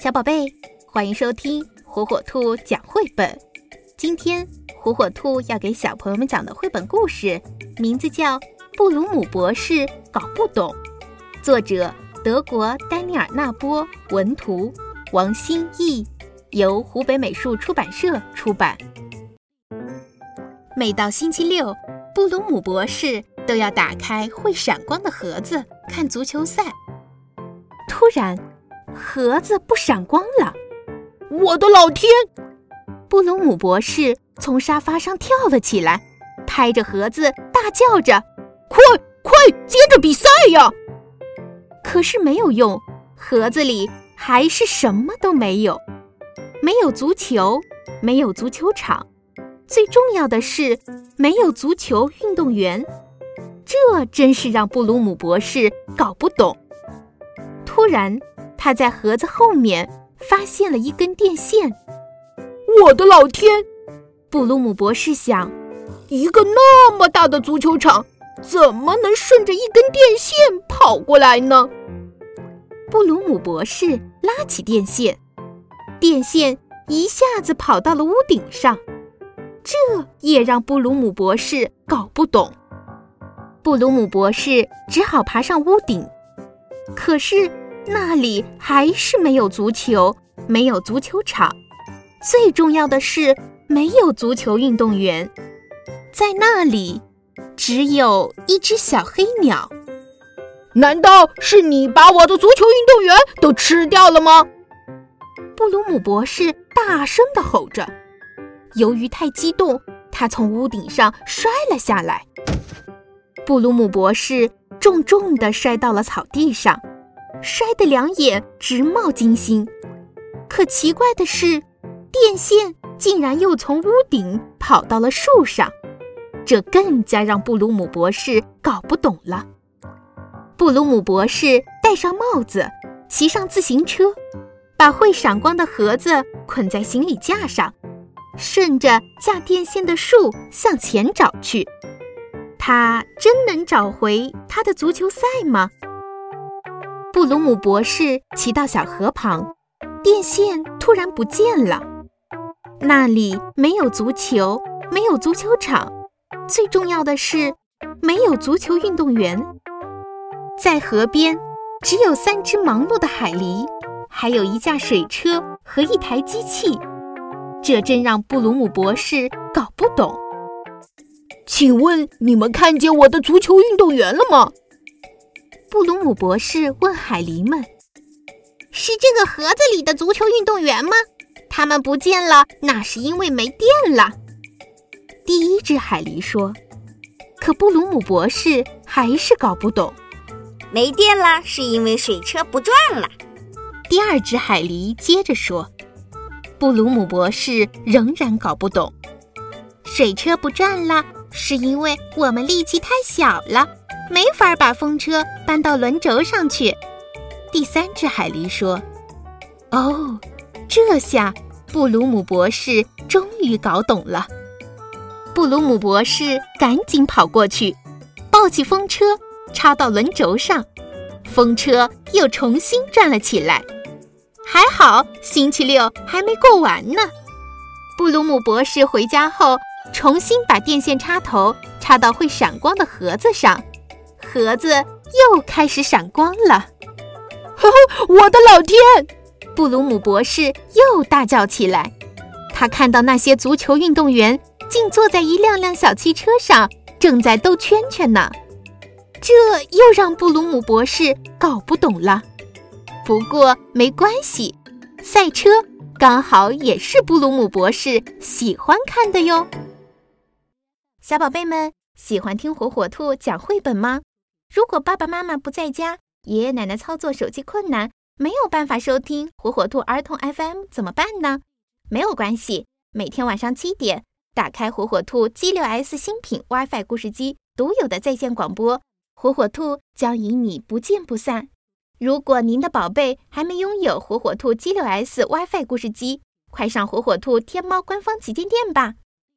小宝贝，欢迎收听火火兔讲绘本。今天火火兔要给小朋友们讲的绘本故事名字叫《布鲁姆博士搞不懂》，作者德国丹尼尔纳波，文图王新义，由湖北美术出版社出版。每到星期六，布鲁姆博士都要打开会闪光的盒子看足球赛。突然盒子不闪光了， 我的老天！ 布鲁姆博士从沙发上跳了起来，拍着盒子大叫着：快接着比赛呀！可是没有用，盒子里还是什么都没有，没有足球，没有足球场，最重要的是没有足球运动员。这真是让布鲁姆博士搞不懂。突然他在盒子后面发现了一根电线。 我的老天！ 布鲁姆博士想， 一个那么大的足球场怎么能顺着一根电线跑过来呢？ 布鲁姆博士拉起电线，电线一下子跑到了屋顶上，这也让布鲁姆博士搞不懂。布鲁姆博士只好爬上屋顶，可是那里还是没有足球，没有足球场，最重要的是没有足球运动员。在那里只有一只小黑鸟。 难道是你把我的足球运动员都吃掉了吗？ 布鲁姆博士大声地吼着。由于太激动，他从屋顶上摔了下来。布鲁姆博士重重地摔到了草地上，摔得两眼直冒金星。可奇怪的是，电线竟然又从屋顶跑到了树上，这更加让布鲁姆博士搞不懂了。布鲁姆博士戴上帽子，骑上自行车，把会闪光的盒子捆在行李架上，顺着架电线的树向前找去。他真能找回他的足球赛吗？布鲁姆博士骑到小河旁，电线突然不见了。那里没有足球，没有足球场，最重要的是没有足球运动员。在河边只有3只忙碌的海狸，还有一架水车和一台机器，这真让布鲁姆博士搞不懂。 请问你们看见我的足球运动员了吗？ 布鲁姆博士问海狸们。 是这个盒子里的足球运动员吗？他们不见了，那是因为没电了。 第一只海狸说。可布鲁姆博士还是搞不懂。 没电了，是因为水车不转了。 第二只海狸接着说。布鲁姆博士仍然搞不懂。水车不转了，是因为我们力气太小了，没法把风车搬到轮轴上去。第三只海狸说。哦，这下布鲁姆博士终于搞懂了。布鲁姆博士赶紧跑过去，抱起风车插到轮轴上，风车又重新转了起来。还好星期六还没过完呢。布鲁姆博士回家后，重新把电线插头插到会闪光的盒子上，盒子又开始闪光了。 我的老天！ 布鲁姆博士又大叫起来。他看到那些足球运动员竟坐在一辆辆小汽车上，正在兜圈圈呢。这又让布鲁姆博士搞不懂了。不过没关系，赛车刚好也是布鲁姆博士喜欢看的哟。小宝贝们，喜欢听火火兔讲绘本吗？如果爸爸妈妈不在家，爷爷奶奶操作手机困难，没有办法收听火火兔儿童 FM 怎么办呢？没有关系，每天晚上7点，打开火火兔 G6S 新品 WiFi 故事机独有的在线广播，火火兔将与你不见不散。如果您的宝贝还没拥有火火兔 G6S WiFi 故事机，快上火火兔天猫官方旗舰店吧，